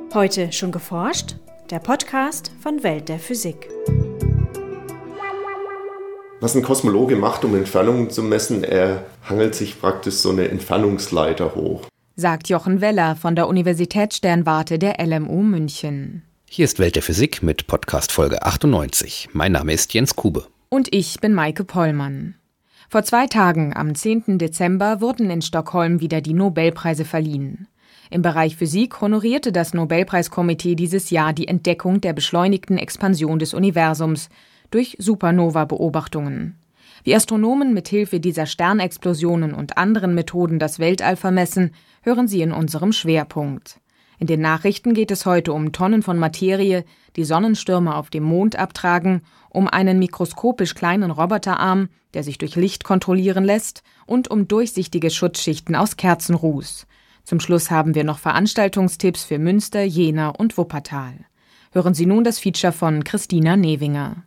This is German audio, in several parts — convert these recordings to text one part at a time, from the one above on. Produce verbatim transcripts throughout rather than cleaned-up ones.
Heute schon geforscht? Der Podcast von Welt der Physik. Was ein Kosmologe macht, um Entfernungen zu messen, er hangelt sich praktisch so eine Entfernungsleiter hoch. Sagt Jochen Weller von der Universitätssternwarte der L M U München. Hier ist Welt der Physik mit Podcast-Folge achtundneunzig. Mein Name ist Jens Kube. Und ich bin Maike Pollmann. Vor zwei Tagen, am zehnten Dezember, wurden in Stockholm wieder die Nobelpreise verliehen. Im Bereich Physik honorierte das Nobelpreiskomitee dieses Jahr die Entdeckung der beschleunigten Expansion des Universums durch Supernova-Beobachtungen. Wie Astronomen mithilfe dieser Sternexplosionen und anderen Methoden das Weltall vermessen, hören Sie in unserem Schwerpunkt. In den Nachrichten geht es heute um Tonnen von Materie, die Sonnenstürme auf dem Mond abtragen, um einen mikroskopisch kleinen Roboterarm, der sich durch Licht kontrollieren lässt, und um durchsichtige Schutzschichten aus Kerzenruß. Zum Schluss haben wir noch Veranstaltungstipps für Münster, Jena und Wuppertal. Hören Sie nun das Feature von Christina Newinger.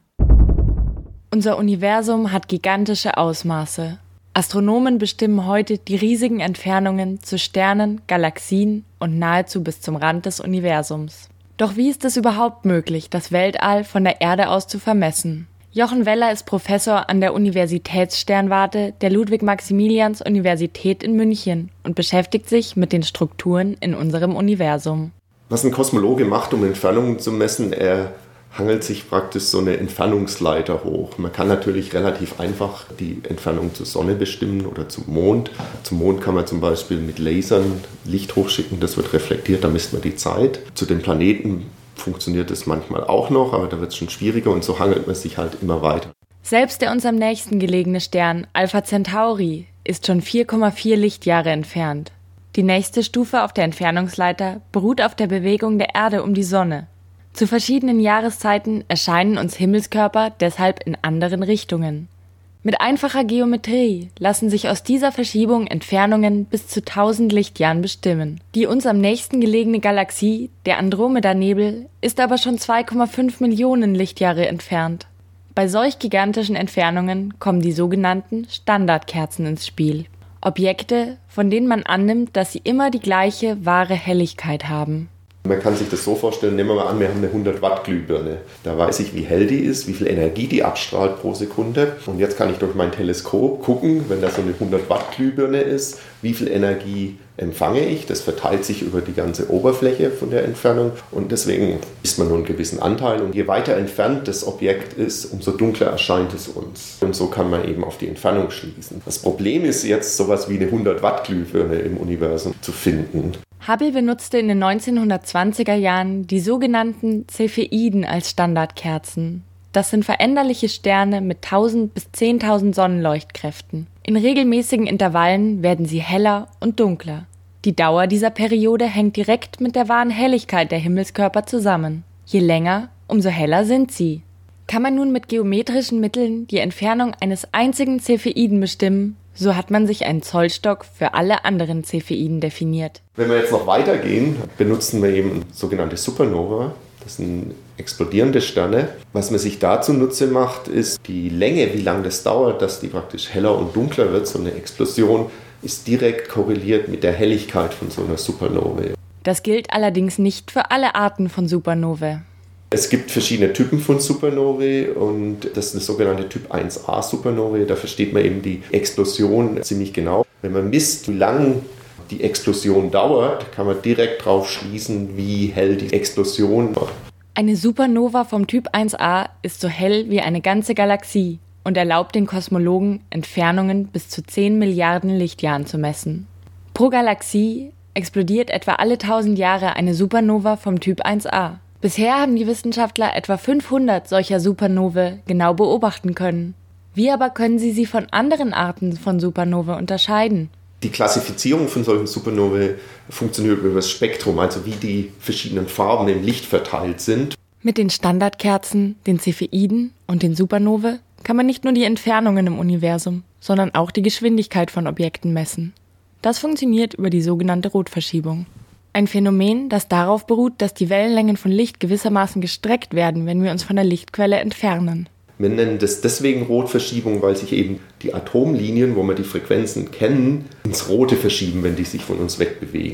Unser Universum hat gigantische Ausmaße. Astronomen bestimmen heute die riesigen Entfernungen zu Sternen, Galaxien und nahezu bis zum Rand des Universums. Doch wie ist es überhaupt möglich, das Weltall von der Erde aus zu vermessen? Jochen Weller ist Professor an der Universitätssternwarte der Ludwig-Maximilians-Universität in München und beschäftigt sich mit den Strukturen in unserem Universum. Was ein Kosmologe macht, um Entfernungen zu messen, er hangelt sich praktisch so eine Entfernungsleiter hoch. Man kann natürlich relativ einfach die Entfernung zur Sonne bestimmen oder zum Mond. Zum Mond kann man zum Beispiel mit Lasern Licht hochschicken, das wird reflektiert, da misst man die Zeit. Zu den Planeten funktioniert es manchmal auch noch, aber da wird es schon schwieriger und so hangelt man sich halt immer weiter. Selbst der uns am nächsten gelegene Stern, Alpha Centauri, ist schon vier Komma vier Lichtjahre entfernt. Die nächste Stufe auf der Entfernungsleiter beruht auf der Bewegung der Erde um die Sonne. Zu verschiedenen Jahreszeiten erscheinen uns Himmelskörper deshalb in anderen Richtungen. Mit einfacher Geometrie lassen sich aus dieser Verschiebung Entfernungen bis zu tausend Lichtjahren bestimmen. Die uns am nächsten gelegene Galaxie, der Andromeda-Nebel, ist aber schon zwei Komma fünf Millionen Lichtjahre entfernt. Bei solch gigantischen Entfernungen kommen die sogenannten Standardkerzen ins Spiel. Objekte, von denen man annimmt, dass sie immer die gleiche wahre Helligkeit haben. Man kann sich das so vorstellen, nehmen wir mal an, wir haben eine hundert Watt Glühbirne. Da weiß ich, wie hell die ist, wie viel Energie die abstrahlt pro Sekunde. Und jetzt kann ich durch mein Teleskop gucken, wenn da so eine hundert Watt Glühbirne ist, wie viel Energie empfange ich. Das verteilt sich über die ganze Oberfläche von der Entfernung. Und deswegen misst man nur einen gewissen Anteil. Und je weiter entfernt das Objekt ist, umso dunkler erscheint es uns. Und so kann man eben auf die Entfernung schließen. Das Problem ist jetzt, sowas wie eine hundert Watt Glühbirne im Universum zu finden. Hubble benutzte in den neunzehnhundertzwanziger Jahren die sogenannten Cepheiden als Standardkerzen. Das sind veränderliche Sterne mit tausend bis zehntausend Sonnenleuchtkräften. In regelmäßigen Intervallen werden sie heller und dunkler. Die Dauer dieser Periode hängt direkt mit der wahren Helligkeit der Himmelskörper zusammen. Je länger, umso heller sind sie. Kann man nun mit geometrischen Mitteln die Entfernung eines einzigen Cepheiden bestimmen, so hat man sich einen Zollstock für alle anderen Cepheiden definiert. Wenn wir jetzt noch weitergehen, benutzen wir eben sogenannte Supernova. Das sind explodierende Sterne. Was man sich dazu Nutze macht, ist die Länge, wie lange das dauert, dass die praktisch heller und dunkler wird. So eine Explosion ist direkt korreliert mit der Helligkeit von so einer Supernova. Das gilt allerdings nicht für alle Arten von Supernovae. Es gibt verschiedene Typen von Supernovae und das ist eine sogenannte Typ eins a Supernovae. Da versteht man eben die Explosion ziemlich genau. Wenn man misst, wie lang die Explosion dauert, kann man direkt darauf schließen, wie hell die Explosion war. Eine Supernova vom Typ eins a ist so hell wie eine ganze Galaxie und erlaubt den Kosmologen, Entfernungen bis zu zehn Milliarden Lichtjahren zu messen. Pro Galaxie explodiert etwa alle tausend Jahre eine Supernova vom Typ eins a. Bisher haben die Wissenschaftler etwa fünfhundert solcher Supernovae genau beobachten können. Wie aber können sie sie von anderen Arten von Supernovae unterscheiden? Die Klassifizierung von solchen Supernovae funktioniert über das Spektrum, also wie die verschiedenen Farben im Licht verteilt sind. Mit den Standardkerzen, den Cepheiden und den Supernovae kann man nicht nur die Entfernungen im Universum, sondern auch die Geschwindigkeit von Objekten messen. Das funktioniert über die sogenannte Rotverschiebung. Ein Phänomen, das darauf beruht, dass die Wellenlängen von Licht gewissermaßen gestreckt werden, wenn wir uns von der Lichtquelle entfernen. Wir nennen das deswegen Rotverschiebung, weil sich eben die Atomlinien, wo wir die Frequenzen kennen, ins Rote verschieben, wenn die sich von uns wegbewegen.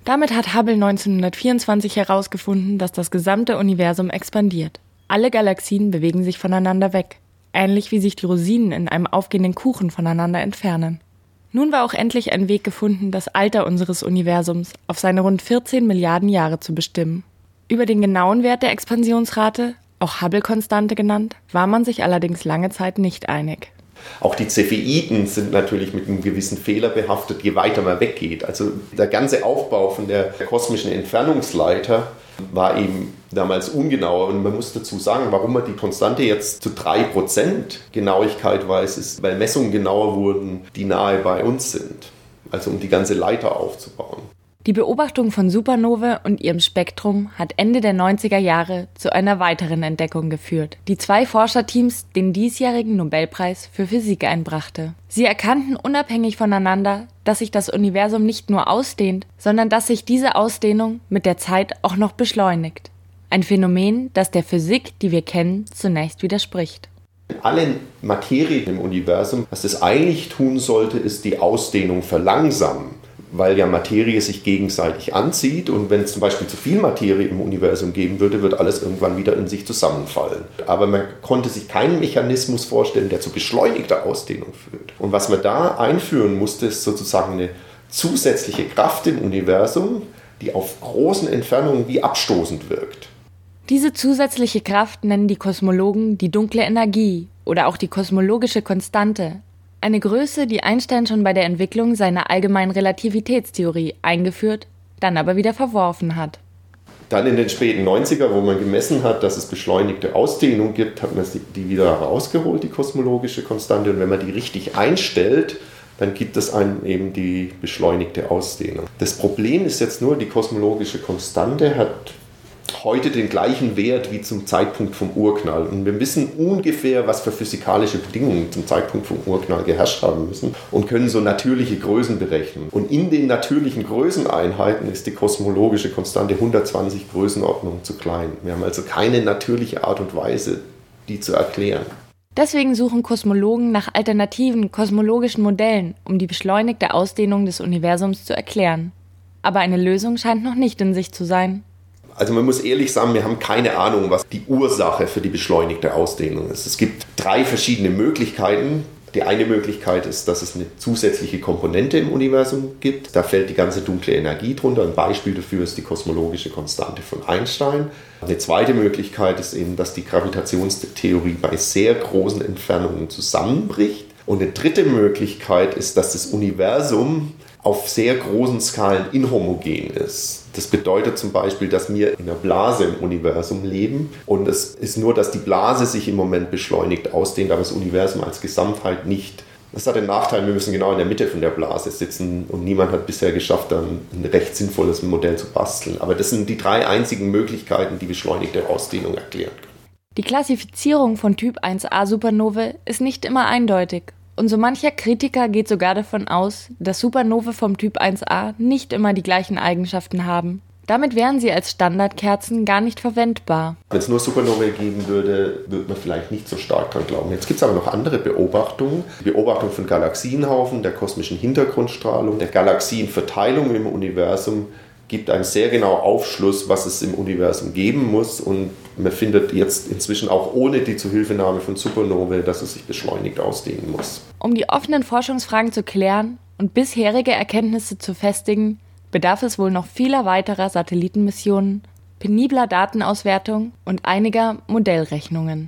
Damit hat Hubble neunzehnhundertvierundzwanzig herausgefunden, dass das gesamte Universum expandiert. Alle Galaxien bewegen sich voneinander weg, ähnlich wie sich die Rosinen in einem aufgehenden Kuchen voneinander entfernen. Nun war auch endlich ein Weg gefunden, das Alter unseres Universums auf seine rund vierzehn Milliarden Jahre zu bestimmen. Über den genauen Wert der Expansionsrate, auch Hubble-Konstante genannt, war man sich allerdings lange Zeit nicht einig. Auch die Cepheiden sind natürlich mit einem gewissen Fehler behaftet, je weiter man weggeht. Also der ganze Aufbau von der kosmischen Entfernungsleiter war eben damals ungenauer. Und man muss dazu sagen, warum man die Konstante jetzt zu drei Prozent Genauigkeit weiß, ist, weil Messungen genauer wurden, die nahe bei uns sind. Also um die ganze Leiter aufzubauen. Die Beobachtung von Supernovae und ihrem Spektrum hat Ende der neunziger Jahre zu einer weiteren Entdeckung geführt, die zwei Forscherteams den diesjährigen Nobelpreis für Physik einbrachte. Sie erkannten unabhängig voneinander, dass sich das Universum nicht nur ausdehnt, sondern dass sich diese Ausdehnung mit der Zeit auch noch beschleunigt. Ein Phänomen, das der Physik, die wir kennen, zunächst widerspricht. Alle Materien im Universum, was es eigentlich tun sollte, ist die Ausdehnung verlangsamen. Weil ja Materie sich gegenseitig anzieht und wenn es zum Beispiel zu viel Materie im Universum geben würde, wird alles irgendwann wieder in sich zusammenfallen. Aber man konnte sich keinen Mechanismus vorstellen, der zu beschleunigter Ausdehnung führt. Und was man da einführen musste, ist sozusagen eine zusätzliche Kraft im Universum, die auf großen Entfernungen wie abstoßend wirkt. Diese zusätzliche Kraft nennen die Kosmologen die dunkle Energie oder auch die kosmologische Konstante. Eine Größe, die Einstein schon bei der Entwicklung seiner allgemeinen Relativitätstheorie eingeführt, dann aber wieder verworfen hat. Dann in den späten neunziger, wo man gemessen hat, dass es beschleunigte Ausdehnung gibt, hat man die wieder herausgeholt, die kosmologische Konstante. Und wenn man die richtig einstellt, dann gibt es einem eben die beschleunigte Ausdehnung. Das Problem ist jetzt nur, die kosmologische Konstante hat heute den gleichen Wert wie zum Zeitpunkt vom Urknall. Und wir wissen ungefähr, was für physikalische Bedingungen zum Zeitpunkt vom Urknall geherrscht haben müssen und können so natürliche Größen berechnen. Und in den natürlichen Größeneinheiten ist die kosmologische Konstante hundertzwanzig Größenordnungen zu klein. Wir haben also keine natürliche Art und Weise, die zu erklären. Deswegen suchen Kosmologen nach alternativen kosmologischen Modellen, um die beschleunigte Ausdehnung des Universums zu erklären. Aber eine Lösung scheint noch nicht in Sicht zu sein. Also man muss ehrlich sagen, wir haben keine Ahnung, was die Ursache für die beschleunigte Ausdehnung ist. Es gibt drei verschiedene Möglichkeiten. Die eine Möglichkeit ist, dass es eine zusätzliche Komponente im Universum gibt. Da fällt die ganze dunkle Energie drunter. Ein Beispiel dafür ist die kosmologische Konstante von Einstein. Eine zweite Möglichkeit ist eben, dass die Gravitationstheorie bei sehr großen Entfernungen zusammenbricht. Und eine dritte Möglichkeit ist, dass das Universum auf sehr großen Skalen inhomogen ist. Das bedeutet zum Beispiel, dass wir in einer Blase im Universum leben und es ist nur, dass die Blase sich im Moment beschleunigt ausdehnt, aber das Universum als Gesamtheit nicht. Das hat den Nachteil, wir müssen genau in der Mitte von der Blase sitzen und niemand hat bisher geschafft, dann ein recht sinnvolles Modell zu basteln. Aber das sind die drei einzigen Möglichkeiten, die beschleunigte Ausdehnung erklären können. Die Klassifizierung von Typ eins a Supernovae ist nicht immer eindeutig. Und so mancher Kritiker geht sogar davon aus, dass Supernovae vom Typ eins a nicht immer die gleichen Eigenschaften haben. Damit wären sie als Standardkerzen gar nicht verwendbar. Wenn es nur Supernovae geben würde, würde man vielleicht nicht so stark dran glauben. Jetzt gibt es aber noch andere Beobachtungen. Die Beobachtung von Galaxienhaufen, der kosmischen Hintergrundstrahlung, der Galaxienverteilung im Universum gibt einen sehr genauen Aufschluss, was es im Universum geben muss. Und man findet jetzt inzwischen auch ohne die Zuhilfenahme von Supernovae, dass es sich beschleunigt ausdehnen muss. Um die offenen Forschungsfragen zu klären und bisherige Erkenntnisse zu festigen, bedarf es wohl noch vieler weiterer Satellitenmissionen, penibler Datenauswertung und einiger Modellrechnungen.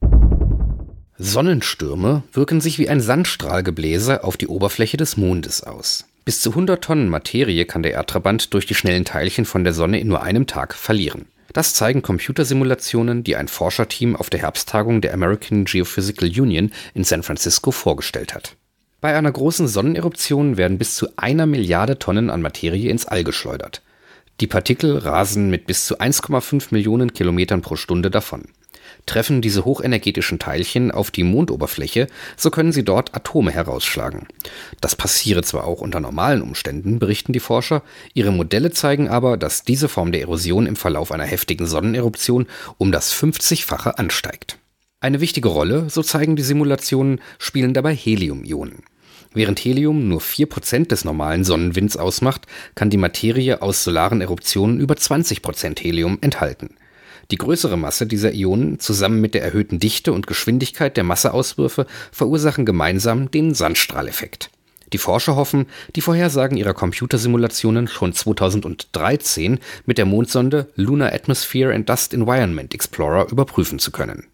Sonnenstürme wirken sich wie ein Sandstrahlgebläse auf die Oberfläche des Mondes aus. Bis zu hundert Tonnen Materie kann der Erdverband durch die schnellen Teilchen von der Sonne in nur einem Tag verlieren. Das zeigen Computersimulationen, die ein Forscherteam auf der Herbsttagung der American Geophysical Union in San Francisco vorgestellt hat. Bei einer großen Sonneneruption werden bis zu einer Milliarde Tonnen an Materie ins All geschleudert. Die Partikel rasen mit bis zu eins Komma fünf Millionen Kilometern pro Stunde davon. Treffen diese hochenergetischen Teilchen auf die Mondoberfläche, so können sie dort Atome herausschlagen. Das passiere zwar auch unter normalen Umständen, berichten die Forscher, ihre Modelle zeigen aber, dass diese Form der Erosion im Verlauf einer heftigen Sonneneruption um das fünfzigfache ansteigt. Eine wichtige Rolle, so zeigen die Simulationen, spielen dabei Heliumionen. Während Helium nur vier Prozent des normalen Sonnenwinds ausmacht, kann die Materie aus solaren Eruptionen über zwanzig Prozent Helium enthalten. Die größere Masse dieser Ionen zusammen mit der erhöhten Dichte und Geschwindigkeit der Masseauswürfe verursachen gemeinsam den Sandstrahleffekt. Die Forscher hoffen, die Vorhersagen ihrer Computersimulationen schon zweitausenddreizehn mit der Mondsonde Lunar Atmosphere and Dust Environment Explorer überprüfen zu können.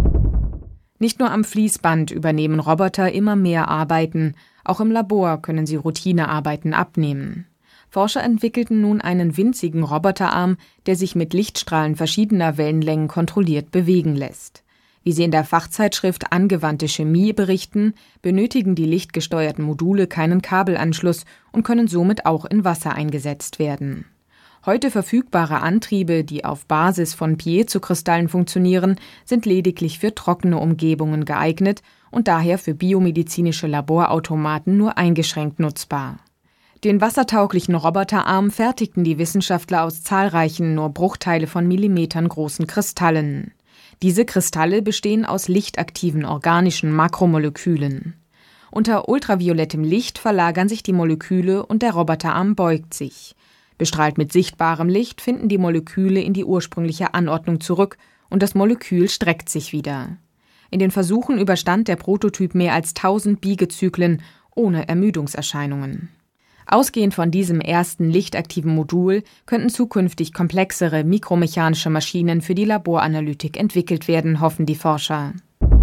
Nicht nur am Fließband übernehmen Roboter immer mehr Arbeiten, auch im Labor können sie Routinearbeiten abnehmen. Forscher entwickelten nun einen winzigen Roboterarm, der sich mit Lichtstrahlen verschiedener Wellenlängen kontrolliert bewegen lässt. Wie sie in der Fachzeitschrift Angewandte Chemie berichten, benötigen die lichtgesteuerten Module keinen Kabelanschluss und können somit auch in Wasser eingesetzt werden. Heute verfügbare Antriebe, die auf Basis von Piezokristallen funktionieren, sind lediglich für trockene Umgebungen geeignet und daher für biomedizinische Laborautomaten nur eingeschränkt nutzbar. Den wassertauglichen Roboterarm fertigten die Wissenschaftler aus zahlreichen, nur Bruchteile von Millimetern großen Kristallen. Diese Kristalle bestehen aus lichtaktiven organischen Makromolekülen. Unter ultraviolettem Licht verlagern sich die Moleküle und der Roboterarm beugt sich. Bestrahlt mit sichtbarem Licht finden die Moleküle in die ursprüngliche Anordnung zurück und das Molekül streckt sich wieder. In den Versuchen überstand der Prototyp mehr als tausend Biegezyklen ohne Ermüdungserscheinungen. Ausgehend von diesem ersten lichtaktiven Modul könnten zukünftig komplexere mikromechanische Maschinen für die Laboranalytik entwickelt werden, hoffen die Forscher.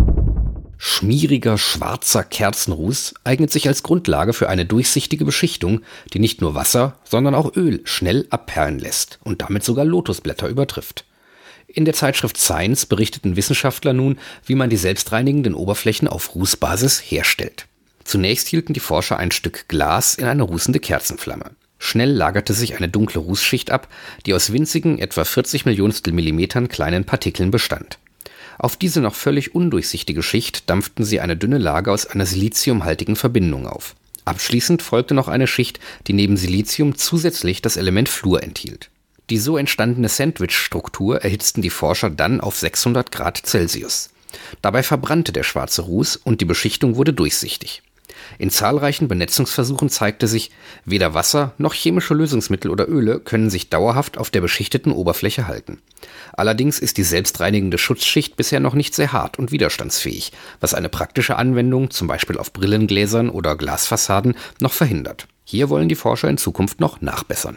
Schmieriger, schwarzer Kerzenruß eignet sich als Grundlage für eine durchsichtige Beschichtung, die nicht nur Wasser, sondern auch Öl schnell abperlen lässt und damit sogar Lotusblätter übertrifft. In der Zeitschrift Science berichteten Wissenschaftler nun, wie man die selbstreinigenden Oberflächen auf Rußbasis herstellt. Zunächst hielten die Forscher ein Stück Glas in eine rußende Kerzenflamme. Schnell lagerte sich eine dunkle Rußschicht ab, die aus winzigen, etwa vierzig Millionstel Millimetern kleinen Partikeln bestand. Auf diese noch völlig undurchsichtige Schicht dampften sie eine dünne Lage aus einer siliziumhaltigen Verbindung auf. Abschließend folgte noch eine Schicht, die neben Silizium zusätzlich das Element Fluor enthielt. Die so entstandene Sandwich-Struktur erhitzten die Forscher dann auf sechshundert Grad Celsius. Dabei verbrannte der schwarze Ruß und die Beschichtung wurde durchsichtig. In zahlreichen Benetzungsversuchen zeigte sich, weder Wasser noch chemische Lösungsmittel oder Öle können sich dauerhaft auf der beschichteten Oberfläche halten. Allerdings ist die selbstreinigende Schutzschicht bisher noch nicht sehr hart und widerstandsfähig, was eine praktische Anwendung, zum Beispiel auf Brillengläsern oder Glasfassaden, noch verhindert. Hier wollen die Forscher in Zukunft noch nachbessern.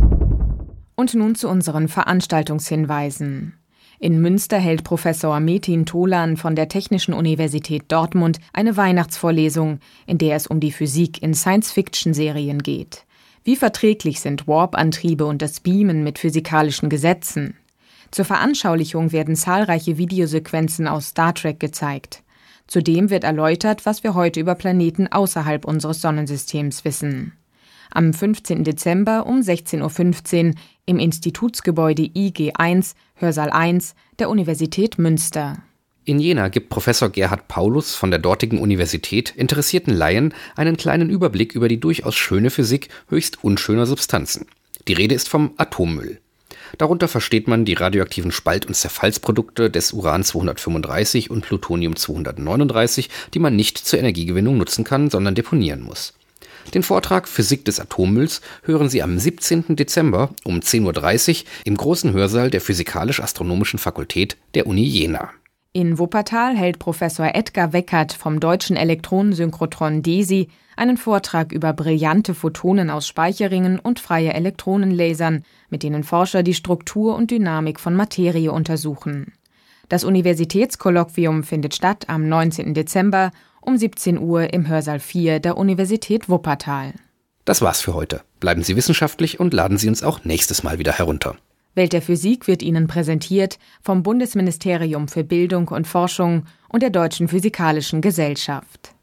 Und nun zu unseren Veranstaltungshinweisen. In Münster hält Professor Metin Tolan von der Technischen Universität Dortmund eine Weihnachtsvorlesung, in der es um die Physik in Science-Fiction-Serien geht. Wie verträglich sind Warp-Antriebe und das Beamen mit physikalischen Gesetzen? Zur Veranschaulichung werden zahlreiche Videosequenzen aus Star Trek gezeigt. Zudem wird erläutert, was wir heute über Planeten außerhalb unseres Sonnensystems wissen. Am fünfzehnten Dezember um sechzehn Uhr fünfzehn im Institutsgebäude I G eins, Hörsaal eins der Universität Münster. In Jena gibt Professor Gerhard Paulus von der dortigen Universität interessierten Laien einen kleinen Überblick über die durchaus schöne Physik höchst unschöner Substanzen. Die Rede ist vom Atommüll. Darunter versteht man die radioaktiven Spalt- und Zerfallsprodukte des Uran zweihundertfünfunddreißig und Plutonium zweihundertneununddreißig, die man nicht zur Energiegewinnung nutzen kann, sondern deponieren muss. Den Vortrag Physik des Atommülls hören Sie am siebzehnten Dezember um zehn Uhr dreißig im großen Hörsaal der Physikalisch-Astronomischen Fakultät der Uni Jena. In Wuppertal hält Professor Edgar Weckert vom Deutschen Elektronensynchrotron D E S I einen Vortrag über brillante Photonen aus Speicherringen und freie Elektronenlasern, mit denen Forscher die Struktur und Dynamik von Materie untersuchen. Das Universitätskolloquium findet statt am neunzehnten Dezember um siebzehn Uhr im Hörsaal vier der Universität Wuppertal. Das war's für heute. Bleiben Sie wissenschaftlich und laden Sie uns auch nächstes Mal wieder herunter. Welt der Physik wird Ihnen präsentiert vom Bundesministerium für Bildung und Forschung und der Deutschen Physikalischen Gesellschaft.